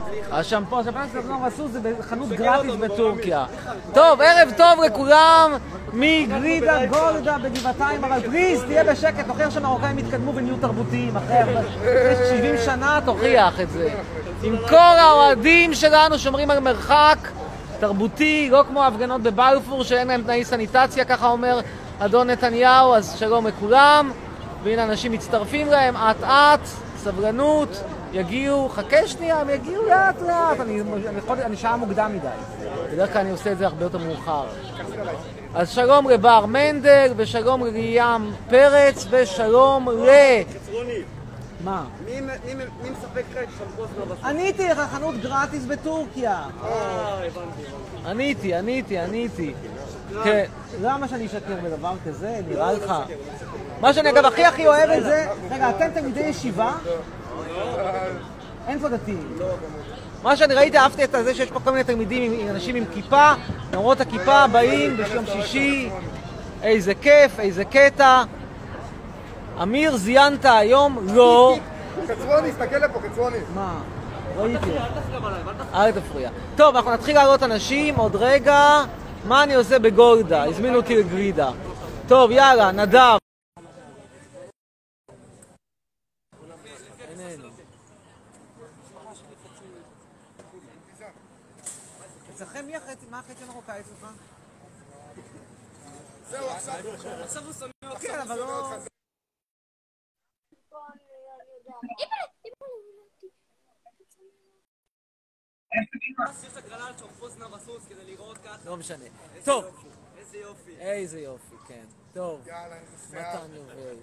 השמפו סבלון רסוס זה בחנות גרטיס בטורקיה. טוב, ערב טוב לכולם מגרידה גולדה בגבעתיים, אבל פליז, תהיה בשקט, תוכיח שהמרוקאים יתקדמו ונהיו תרבותיים אחרי 70 שנה, תוכיח את זה. עם כל האוהדים שלנו שומרים על מרחק תרבותי, לא כמו ההפגנות בבלפור שאין להם תנאי סניטציה, ככה אומר אדון נתניהו, אז שלום לכולם. והנה אנשים מצטרפים להם, אט-אט, סבלנות, יגיעו, חכה שנייה, הם יגיעו לאט-לאט, אני שעה מוקדם מדי. בדרך כלל אני עושה את זה הרבה יותר מאוחר. אז שלום לבר מנדל, ושלום ליאם פרץ, ושלום מה? מי מספק לך את שמפו סבלון? עניתי לך, חנות גרטיס בטורקיה. הבנתי. עניתי. כן, למה שאני אשקר בדבר כזה? נראה לך. מה שאני אגב הכי אוהב את זה, רגע, אתם תלמידי ישיבה? אין פה דתיים. מה שאני ראיתי, אהבתי את זה שיש פה כל מיני תלמידים, אנשים עם כיפה, למרות הכיפה באים ביום שישי, איזה כיף, איזה קטע. אמיר, זיינת היום? לא. קצרוני, תסתכל לפה, קצרוני. מה? ראיתי. אל תפריע. טוב, אנחנו נתחיל לעלות אנשים, עוד רגע. מה אני עושה בגולדה? הזמינו אותי לגרידה. טוב, יאללה, נדב. אצלכם מה החצי המרוקאי אצלך? זהו, עכשיו הוא שמי אותך. כן, אבל לא... לא משנה. טוב. איזה יופי, כן. טוב. מתן יובל.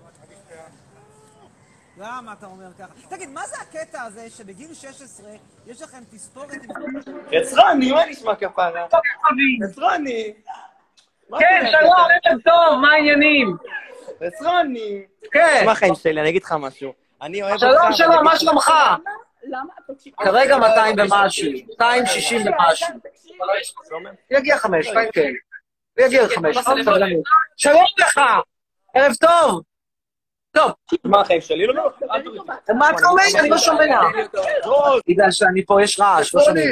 למה אתה אומר ככה? תגיד, מה זה הקטע הזה שבגיל 16 יש לכם תספורת עם... יצרני, מה נשמע כפרה? יצרני. כן, שלום, ערב טוב, מה העניינים? יצרני. כן. תשמע חיים שלי, אני אגיד לך משהו. שלום, מה שלומך? כרגע 200 ומשהו, 260 ומשהו. יגיע 5, כן. יגיע 5, שלום לך, ערב טוב. טוב. מה החיים שלי? לא, מה אתה אומר? אני לא שומע. בגלל שאני פה, יש רעש, לא שומע.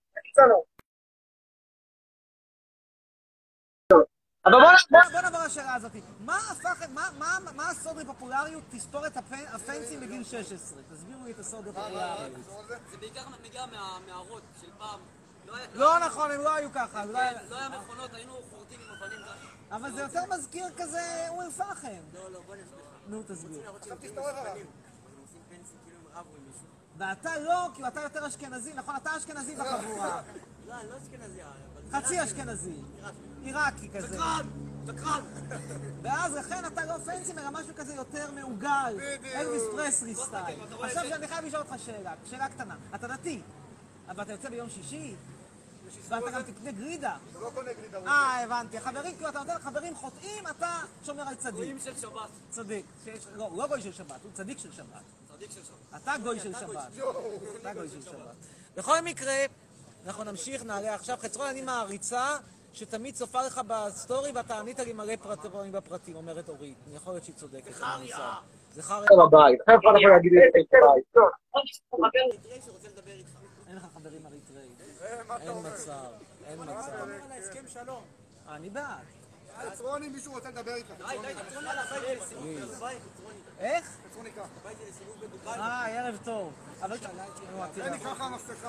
אבל בוא נעבור לשאלה הזאת. מה הסוד בפופולריות תספורת הפנסים בגיל 16? תסבירו לי את הסוד בפופולריות. זה בעיקר מגיע מהמערות של פעם. לא נכון, הם לא היו ככה. לא היה מכונות, היינו חורטים עם אבנים ככה. אבל זה יותר מזכיר כזה אום אל-פחם. לא, בוא נסביר. נו, תסביר. עכשיו תסתובב עליו. הם עושים פנסים כאילו הם רבו עם מישהו. ואתה לא, כי אתה יותר אשכנזי, נכון? אתה אשכנזי בחבורה. לא, אני לא אשכנזי. חצי אשכנזי. עיראקי כזה. שקרן! ואז לכן אתה לא פנסי, אלא משהו כזה יותר מעוגל. אלוויס פרסלי סטייל. עכשיו שאני חייב לשאול אותך שאלה קטנה. אתה דתי, אבל אתה יוצא ביום שישי, ואתה גם תקנה גרידה. הוא לא קונה גרידה. הבנתי. חברים, כאילו אתה נותן לחברים חוטאים, אתה שומר על צדיק. גויים של שבת. צדיק. לא, הוא לא גוי של שבת, הוא צדיק של שבת. צדיק של שבת. אתה גוי של שבת. אתה גוי של שבת. בכל מקרה, אנחנו נמשיך, נעלה עכשיו. חצרון, אני מעריצה שתמיד צופה לך בסטורי ואתה ענית לי מלא פרטים בפרטים, אומרת אורית. אני יכול להיות שהיא צודקת. זכריה! זכריה. בבית, אחרי כל יכול להגיד לי את בבית. אריתראי שרוצה לדבר איתך. אין לך חברים אריתראי. אין מצב. אין מצב. על ההסכם שלום. אני בעד. קצרוני, מישהו רוצה לדבר איתך. די, קצרוני על הבית לסיבוב בדובאי. איך? קצרוני קח. הבית לסיבוב בדובאי. ערב טוב. אבל... זה נקרא לך המסכה.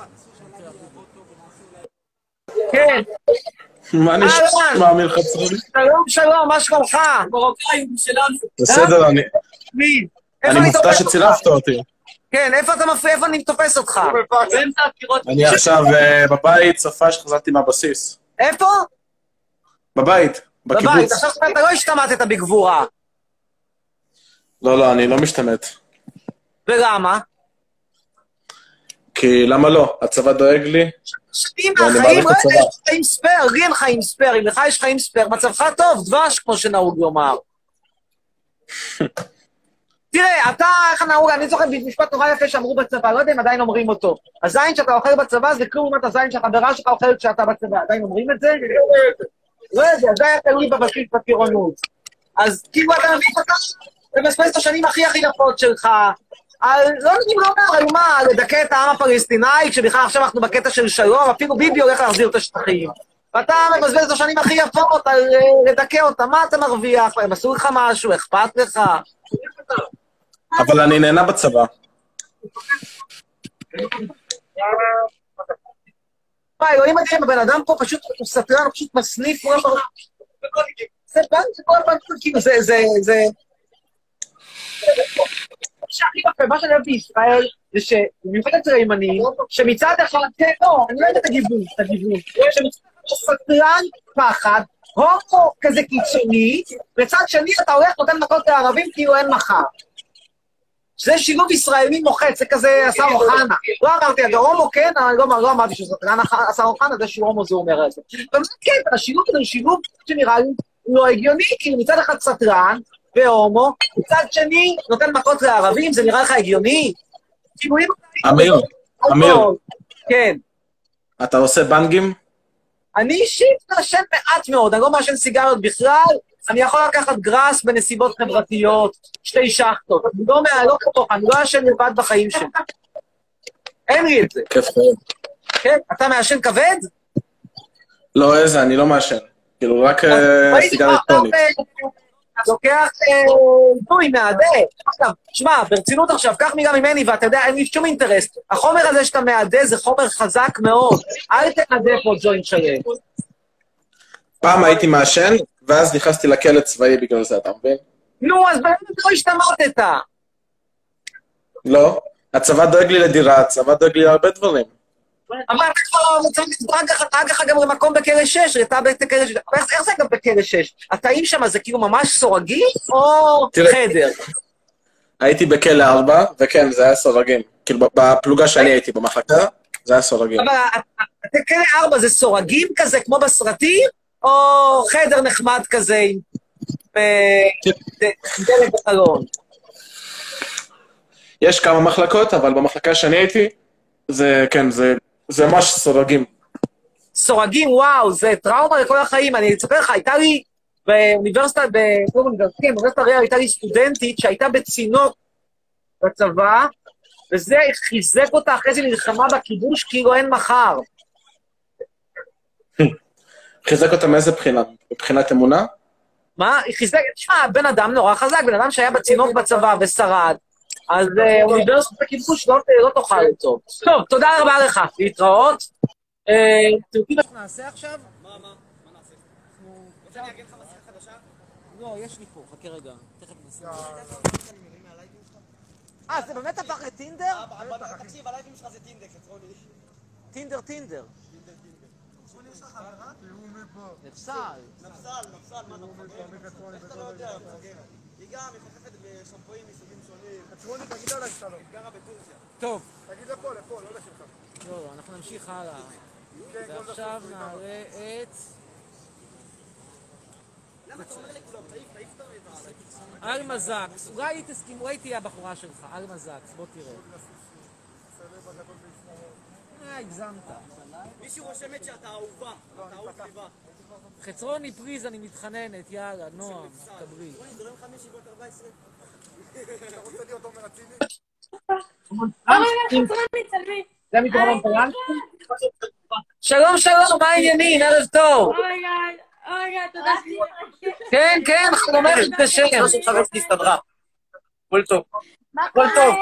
כן. מה נשמע אמיר חצרוני? שלום, מה שלומך? מרוקאים שלנו. בסדר, אני מופתע שצילפת אותי. כן, איפה אתה מפריע? איפה אני תופס אותך? אני עכשיו בבית, צופה שחזרתי מהבסיס. איפה? בבית, בבית, בקיבוץ. עכשיו אתה לא השתמטת בגבורה. לא, אני לא משתמט. ולמה? כי למה לא? הצבא דואג לי. אם ואני החיים, מעריך את הצבא. יש חיים ספייר, לי אין חיים ספייר, אם לך יש חיים ספייר, מצבך טוב, דבש, כמו שנהוג לומר. תראה, אתה, איך נהוג, אני זוכר משפט נורא יפה שאמרו בצבא, לא יודע אם עדיין אומרים אותו. הזין שאתה אוכל בצבא זה כלום אם אתה זין שהחברה שלך אוכלת כשאתה בצבא, עדיין אומרים את זה? לא יודע, זה היה תלוי בבסיס בטירונות. אז כאילו אתה מבין אותך, ובספייס את השנים הכי יפות שלך, לא יודעים לא אומר, מה, לדכא את העם הפלסטיני, כשבכלל עכשיו אנחנו בקטע של שלום, אפילו ביבי הולך להחזיר את השטחים. ואתה מבזבז את השנים הכי יפות על לדכא אותם, מה אתה מרוויח? הם עשו לך משהו, אכפת לך? אבל אני נהנה בצבא. אלוהים מדהים, הבן אדם פה פשוט, הוא סטרן, פשוט מסניף, זה בנק, זה כל הבנק, כאילו, זה... מה שאני אוהב בישראל, זה שבמיוחד אצל הימנים, שמצד אחד, לא, אני לא יודע את הגיוון, שמצד אחד סטרן פחד, הומו כזה קיצוני, וצד שני אתה הולך נותן מכות לערבים כאילו אין מחר. שזה שילוב ישראלי מוחץ, זה כזה השר אוחנה. לא אמרתי, אגב, הומו כן, אני לא אמרתי שזה השר אוחנה, זה שהוא הומו זה אומר את זה. באמת כן, השילוב הזה הוא שילוב שנראה לי לא הגיוני, כי מצד אחד סטרן והומו, מצד שני נותן מכות לערבים, זה נראה לך הגיוני? אמיר, כן. אתה עושה בנגים? אני אישית מעשן מעט מאוד, אני לא מעשן סיגריות בכלל, אני יכול לקחת גראס בנסיבות חברתיות, 2 שחטות, אני לא כמוך, אני לא מעשן לבד בחיים שלי. אין לי את זה. כיף חיים. כן, אתה מעשן כבד? לא, איזה, אני לא מעשן. כאילו, רק סיגריה אלקטרונית. לוקח דוי מהדה. עכשיו, שמע, ברצינות עכשיו, קח מילה ממני, ואתה יודע, אין לי שום אינטרס. החומר הזה שאתה מהדה זה חומר חזק מאוד. אל תנדה פה ג'וינט שלם. פעם הייתי מעשן, ואז נכנסתי לכלא צבאי בגלל זה, אתה מבין? נו, אז באמת לא השתמטת. לא. הצבא דואג לי לדירה, הצבא דואג לי להרבה דברים. אבל אתה כבר רק לך גם למקום בכלא 6, אתה בכלא 6. איך זה גם בכלא 6? התאים שם זה כאילו ממש סורגים או חדר? הייתי בכלא 4, וכן, זה היה סורגים. כאילו, בפלוגה שאני הייתי במחלקה, זה היה סורגים. אבל כלא 4 זה סורגים כזה, כמו בסרטים, או חדר נחמד כזה עם דלת בחלון? יש כמה מחלקות, אבל במחלקה שאני הייתי, זה, כן, זה ממש סורגים. סורגים, וואו, זה טראומה לכל החיים. אני אספר לך, הייתה לי באוניברסיטת אריאל, הייתה לי סטודנטית שהייתה בצינוק בצבא, וזה חיזק אותה אחרי זה נלחמה בכיבוש כאילו אין מחר. חיזק אותה מאיזה בחינה? מבחינת אמונה? מה? היא חיזק, תשמע, בן אדם נורא חזק, בן אדם שהיה בצינוק בצבא ושרד, אז אוניברסיטת הכיבוש לא תוכל לצור. טוב, תודה רבה לך, להתראות. תראי מה נעשה עכשיו? מה נעשה? רוצה אני אגיד לך מסכה חדשה? לא, יש לי פה, חכה רגע. תכף נסע. זה באמת הפך לטינדר? תקשיב, הלייבים שלך זה טינדר, חצרוני. טינדר. נפסל, מה נפסל? איך אתה לא יודע? היא גם מחפפת בשמפואים מסוגים שונים. חצרוני, תגיד לה שלום. היא גרה בטורקיה. טוב. תגיד לפה, לא לשלך. לא, אנחנו נמשיך הלאה. ועכשיו נעלה את... למה אתה אומר לכולם? תעיף את אלמזקס. אולי תסכים, אולי תהיה הבחורה שלך, אלמזקס, בוא תראה. הגזמת. מישהו רושמת שאתה אהובה. אתה אהוב סביבה. חצרוני פריז, אני מתחננת, יאללה, נועם, תברי. זה לא 5 יגות 14? אתה רוצה להיות עומר אצילי? חצרוני, צלמי. זה מתרום פרנקי? שלום, מה העניינים? ערב טוב. אורגה, תודה כן, חלומך התקשר. הסתדרה. כל טוב. מה כל קורה? טוב.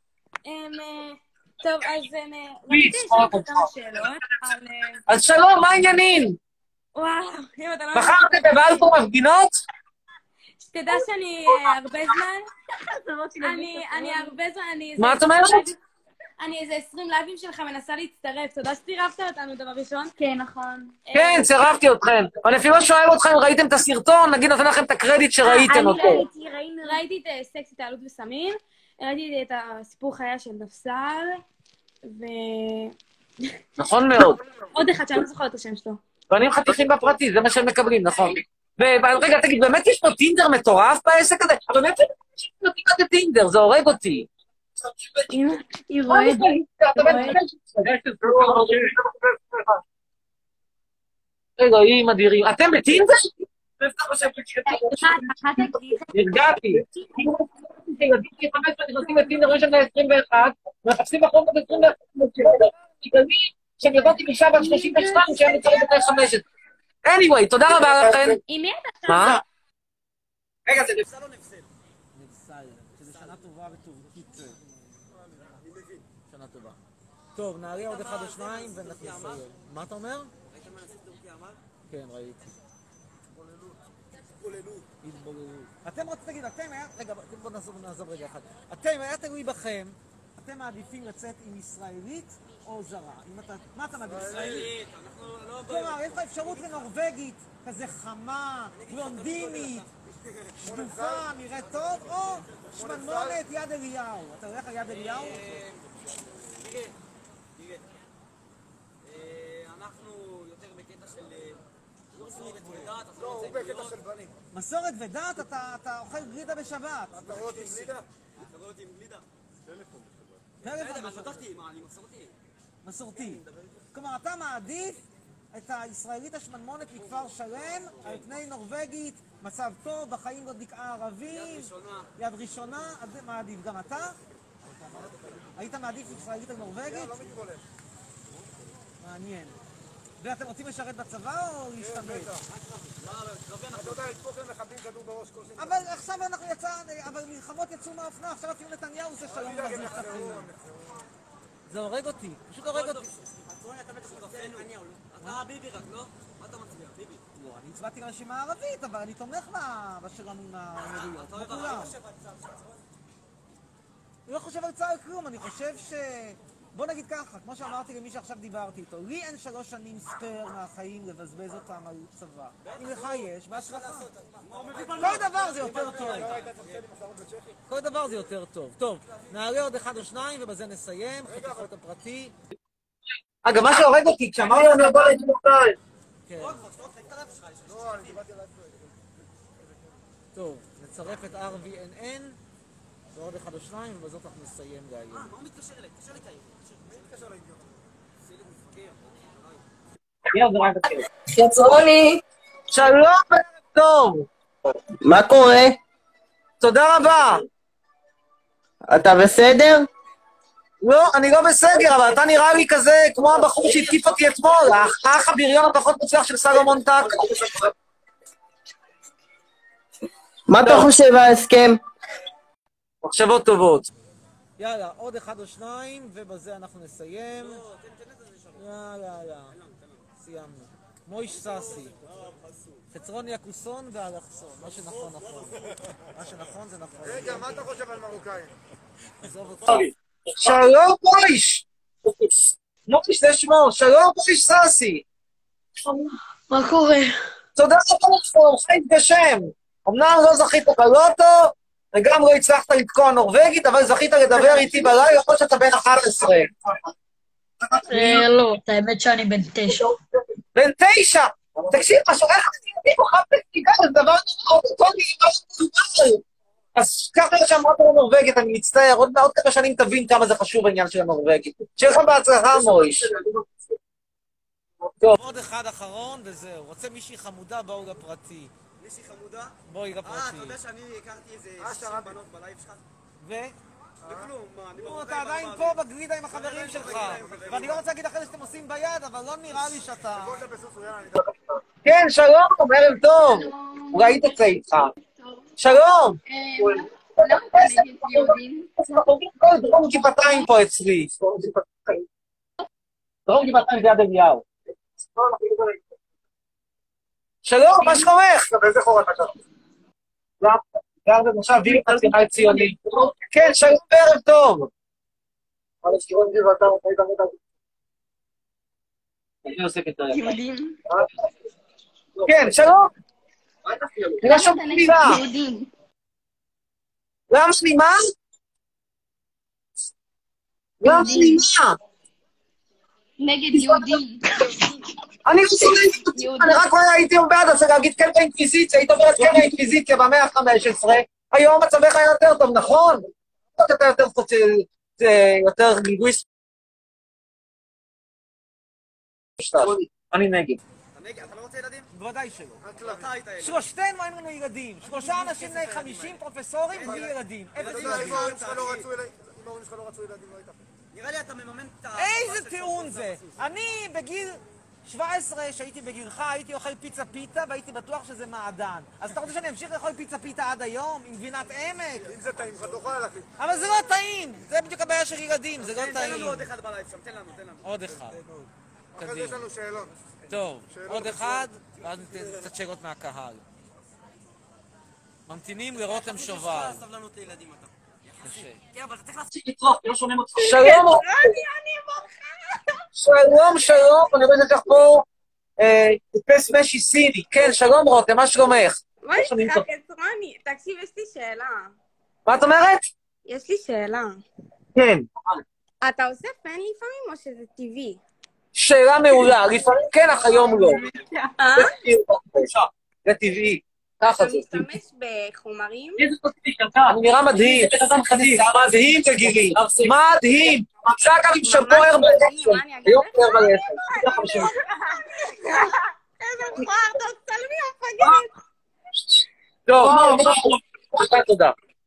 טוב, אז רציתי לשאול אותך כמה שאלות על... אז שלום, מה העניינים? וואו, אם אתה לא... בחרתם בבלפור מפגינות? שתדע שאני הרבה זמן... אני הרבה זמן... מה את אומרת? אני איזה 20 לייבים שלך מנסה להצטרף. תודה שצירפת אותנו דבר ראשון. כן, נכון. כן, צירפתי אתכם. אני אפילו לא שואל אתכם אם ראיתם את הסרטון, נגיד נותן לכם את הקרדיט שראיתם אותו. ראיתי את סקס התעלות וסמים, ראיתי את הסיפור חיה של נפסל, ו... נכון מאוד. עוד אחד שאני לא זוכרת את השם שלו. ואני חתיכים בפרטי, זה מה שהם מקבלים, נכון. ורגע, תגיד, באמת יש פה טינדר מטורף בעסק הזה? אבל באמת יש פה טינדר, זה הורג אותי. היא רואה. אלוהים אדירים. אתם בטינדר? נרגעתי. ילדים כ-15 נכנסים לטינדר ראשון ל-21, מחפשים בחור בת 21, שאני הבנתי אישה בת 32 שהם נצטרך בתי 15. anyway, תודה רבה לכם. עם מי אתה? מה? רגע, זה נפסל או נפסל? נפסל, שזה שנה טובה וטורקית. שנה טובה. טוב, נעלה עוד אחד או שניים ואנחנו נסיים. מה אתה אומר? ראית מה נשיא טורקיה אמר? כן, ראיתי. התבוללות. אתם רוצים להגיד, רגע, בואו נעזוב רגע אחד. אתם, היה תלוי בכם, אתם מעדיפים לצאת עם ישראלית או זרה? מה אתה מעדיף? ישראלית, אנחנו לא... כלומר, יש לך אפשרות לנורווגית, כזה חמה, בלונדינית, שדופה, נראית טוב, או שמנמונת יד אליהו. אתה הולך על יד אליהו? תראה, אנחנו יותר בקטע של... מסורת ודת, אז לא, הוא בקטע של בנים. מסורת ודת, אתה אוכל גלידה בשבת. אתה רואה אותי עם גלידה? אתה רואה אותי עם גלידה? טלפון מה, בשבת. פתחתי, מה, אני מסורתי? מסורתי. כלומר, אתה מעדיף את הישראלית השמנמונת מכפר שלם על פני נורווגית, מצב טוב, בחיים לא דיכאה ערבים, יד ראשונה, אז זה מעדיף. גם אתה? היית מעדיף ישראלית על נורווגית? לא מתגולש. מעניין. ואתם רוצים לשרת בצבא או להשתמש? אתה יודע, לתפוק למחבלים כדור בראש כל שני. אבל עכשיו אנחנו אבל מלחמות יצאו מהאופנה, עכשיו אפילו נתניהו עושה שלום ומזריק את החיים. זה הורג אותי, פשוט הורג אותי. אתה בטח שותפנו. אתה ביבי רק, לא? מה אתה מצביע? ביבי. לא, אני הצבעתי לרשימה הערבית, אבל אני תומך בשלום עם האמירויות, כמו כולם. אני לא חושב על צה"ל כלום, אני חושב ש... בוא נגיד ככה, כמו שאמרתי למי שעכשיו דיברתי איתו, לי אין 3 שנים ספייר מהחיים לבזבז אותם על צבא. אם לך יש, בהצלחה. כל דבר זה יותר טוב. כל דבר זה יותר טוב. טוב, נעלה עוד אחד או שניים ובזה נסיים. חתיכות הפרטי. אגב, מה שהורג אותי, כשאמרתי לנו לבוא להתמודד. כן. לא, אני דיברתי על זה. טוב, נצרף את RVNN ועוד אחד או שניים ובזאת אנחנו נסיים להיום. מה הוא מתקשר אליי? תקשר לי את העיר. מתקשר לאידיוט. סילד מפגר. יצרוני, שלום וערב טוב. מה קורה? תודה רבה. אתה בסדר? לא, אני לא בסגר, אבל אתה נראה לי כזה כמו הבחור שהתקיף אותי אתמול, האח הבריון הפחות מוצלח של סלומון טקו. מה אתה חושב על ההסכם? מחשבות טובות. יאללה, עוד אחד או שניים ובזה אנחנו נסיים. יאללה, סיימנו. מויש ססי. חצרוני הכוסון והאלכסון. מה שנכון נכון. מה שנכון זה נכון. רגע, מה אתה חושב על מרוקאים? עזוב אותך. שלום מויש! מויש זה שמו, שלום מויש ססי. מה קורה? תודה רבה לך, חיים גשם. אמנם לא זכית בלוטו, וגם לא הצלחת לתקוע נורווגית, אבל זכית לדבר איתי בלילה, יכול שאתה בן 11. לא, את האמת שאני בן 9. בן 9! תקשיב, מה שולח לי כוכב פסטיגל, זה דבר נורא, אותו נראה. אז ככה שאמרת לנורווגית, אני מצטער, עוד כמה שנים תבין כמה זה חשוב העניין של הנורווגית. שיהיה לך בהצלחה, מויש. עוד אחד אחרון וזהו. רוצה מישהי חמודה, בואו לפרטי. מישהי חמודה? בואי אתה לפרטי. יודע שאני הכרתי איזה 60 בנות בלייב שלך? ו? וכלום, מה, אני נו, אתה עדיין פה בגלידה עם החברים שלך. ואני לא רוצה להגיד אחרי זה שאתם עושים ביד, אבל לא נראה לי שאתה... כן, שלום, ערב טוב. אולי תצא איתך. שלום. כל דרום גבעתיים פה אצלי. דרום גבעתיים זה יד אליהו. שלום, מה שלומך? באיזה חור אתה גר? גר במושב וילנה ציוני ציוני. כן, שלום וערב טוב. יהודים. כן, שלום. לא שומעים מילה. יהודים. למה אני מה? למה אני מה? נגד יהודים. אני לא שומע, אני רק הייתי בעד, אז להגיד כן באינקוויזיציה, היית אומרת כן באינקוויזיציה במאה ה-15, היום מצבך היה יותר טוב, נכון? אתה יותר גיגויסט. אני נגד. אתה לא רוצה ילדים? בוודאי שלא. אתה היית ילד. שלושתנו אין לנו ילדים. 3 אנשים בני 50 פרופסורים בלי ילדים. אפס אתה יודע, ילדים. אם ההורים שלך לא רצו ילדים, לא היית. נראה לי אתה מממן את ה... איזה טיעון זה? אני בגיל 17, שהייתי בגילך, הייתי אוכל פיצה פיתה והייתי בטוח שזה מעדן. אז אתה רוצה שאני אמשיך לאכול פיצה פיתה עד היום עם גבינת עמק? אם זה טעים לך, תאכל אחי. אבל זה לא טעים! זה בדיוק הבעיה של ילדים, זה לא תן לנו טעים. עוד אחד בלייב שם, תן לנו. עוד אחד. אחרי זה יש קדימה. לנו שאלות. טוב, עוד אחד, ואז ניתן קצת שאלות מהקהל. ממתינים לרותם שובל. סבלנות לילדים אתה. קשה. כן, אבל אתה צריך להפסיק לצרוך, כי לא שומעים אותך. שלום, שלום, אני רואה לך פה טיפס משי סיני. כן, שלום רותם, מה שלומך? מה יש לך, קצרוני? תקשיב, יש לי שאלה. מה את אומרת? יש לי שאלה. כן. אתה עושה פן לפעמים או שזה טבעי? שאלה מעולה, לפעמים כן, אך היום לא. אה? זה טבעי. ככה אתה זה. משתמש בחומרים? אני נראה מדהים. מדהים בגילי. מדהים. זה אגב עם שמפו ער בעצם. היום ער בעצם. איזה מכוער, אתה צלמי המפגרת. טוב, תודה.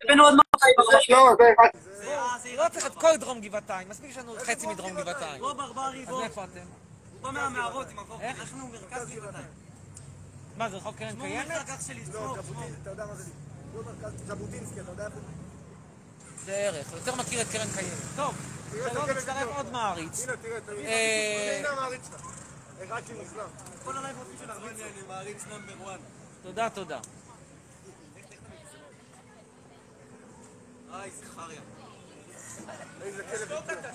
לא צריך את כל דרום גבעתיים, מספיק שיש לנו חצי מדרום גבעתיים. בוא ברברי, אז בוא. מאיפה אתם? הוא בא מהמערות עם החוק. אנחנו מרכז גבעתיים. מה, זה רחוב קרן קיימת? מרכז שלי, לא, אתה יודע מה זה? הוא מרכז ז'בוטינסקי, אתה יודע איפה? זה ערך, הוא יותר מכיר את קרן קיימת. טוב, שלום, מצטרף עוד מעריץ. הנה, תראה. הנה המעריץ שלך. רק עם מוסלם. כל הלייב רוצים של ארמניה, אני מעריץ נאמבר 1. תודה, תודה. איזה חריה. איזה כלב.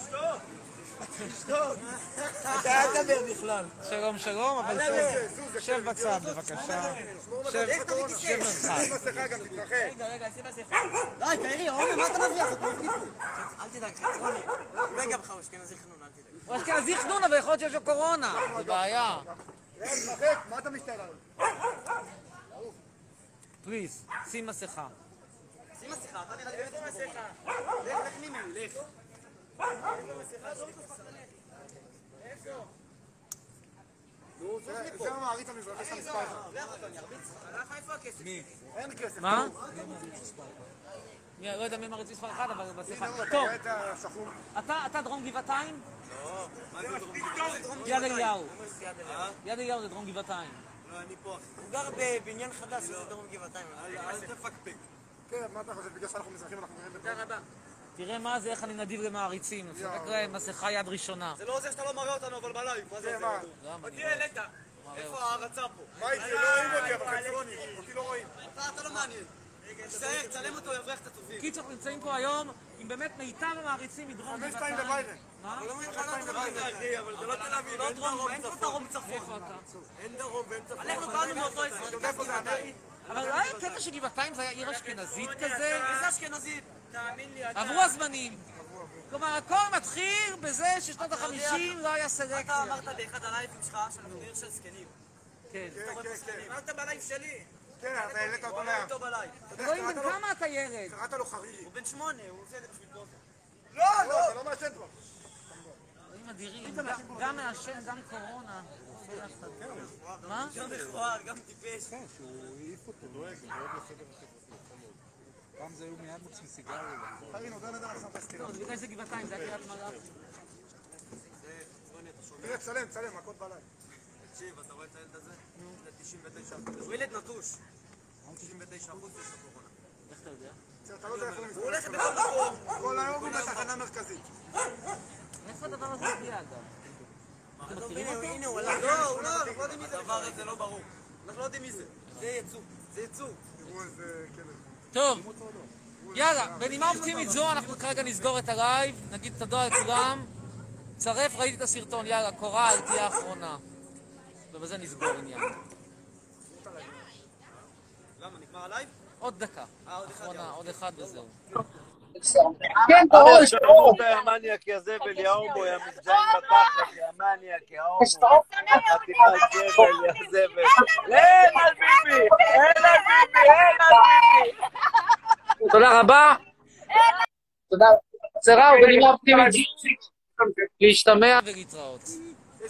אתה אל תדבר בכלל. שלום, אבל שב בצד בבקשה. שב מרחק. שים מסכה גם, תתרחק. רגע, שים מסכה. די, תאירי, עומר, מה אתה מביא? אל תדאג, חצרוני. רגע בכלל, אשכנזי חנון, אל תדאג. הוא אשכנזי חנון, אבל יכול להיות שיש לו קורונה. זה בעיה. תתרחק, מה אתה מסתכל עליו? פליז, שים מסכה. שים מסכה, אתה נראה לי באמת מסכה. לך ממני, לך. זה המעריץ המזרחי של המספר. מי? אין כסף. מה? לא יודע מי מעריץ מספר 1, אבל בשיחה. טוב, תראה את השחום. אתה דרום גבעתיים? לא. מה זה דרום? יד אליהו. יד אליהו זה דרום גבעתיים. לא, אני פה. הוא גר בבניין חדש, זה דרום גבעתיים. אל תפקפק. כן, מה אתה חושב? בגלל שאנחנו מזרחים אנחנו נראים בטוח. תראה מה זה, איך אני נדיב למעריצים. נפסק להם מסכה יד ראשונה. זה לא עוזר שאתה לא מראה אותנו, אבל בלייב. מה זה? אותי העלית. איפה ההרצה פה? מה איתי? לא רואים אותי, אבל חצרוני. אותי לא רואים. אתה לא מעניין. תיזהר, צלם אותו, יבריח את הטובים. קיצור, נמצאים פה היום עם באמת מיטב המעריצים מדרום 5-2 גבעתיים. לביירן. מה? לא אבל זה לא תל אביב, אין דרום, אין פה דרום צפון. איפה אתה? אין דרום ואין צפון. אנחנו באנו מאותו אזור. אבל לא היה קטע שגבעתיים זה היה עיר אשכנזית כזה? איזה אשכנזית? תאמין לי, אתה... עברו הזמנים. כלומר, הכל מתחיל בזה ששנות ה-50 לא היה אתה סלקציה. אמרת באחד הלייבים שלך שאנחנו עיר של זקנים. כן. אמרת בלייב שלי. כן, אתה העלית אותו הוא לים. אמר אותו בלייב. רואים בן כמה אתה ילד? קראת לו חרירי. הוא בן 8, הוא עושה את זה בשביל בוקר. לא, אתה לא מעשן כבר. רואים אדירים, גם מעשן, גם קורונה. מה? גם מכוער, גם טיפש. פעם זה היו מיד מוצאים סיגריה. חרירי, נותן את זה עכשיו בסתירה. לא, זה בגלל זה גבעתיים, זה היה קריית מלאכי. תראה, צלם, מכות בלייב. תקשיב, אתה רואה את הילד הזה? זה 99%. הוא ילד נטוש. 99% יש לו קורונה. איך אתה יודע? אתה לא יודע איפה הוא הוא הולך מסתכל. בכל מקום. כל היום הוא בתחנה מרכזית. איפה הדבר הזה הגיע אגב? אתם מכירים אותו? הנה, הוא הלך. לא, אנחנו לא יודעים מי זה. הדבר הזה לא ברור. אנחנו לא יודעים מי זה. זה יצוא. זה יצוא. תראו איזה כלב. טוב, יאללה, בנימה אופטימית זו אנחנו כרגע נסגור את הלייב, נגיד תודה לכולם. צרף, ראיתי את הסרטון, יאללה, קורל, תהיה האחרונה. ובזה נסגור עניין. למה, נגמר הלייב? עוד דקה. עוד אחד, אחרונה, עוד אחד וזהו. כן, קורל, שלום. המניאק הזבל, יא הומו, יא מזדיין בתחת, יא מניאק, יא הומו. חתיכת זבל, יא זבל. אין על ביבי! אין על ביבי! אין על ביבי! תודה רבה. תודה. קצרה ובנימה אופטימית. להשתמע. ולהתראות.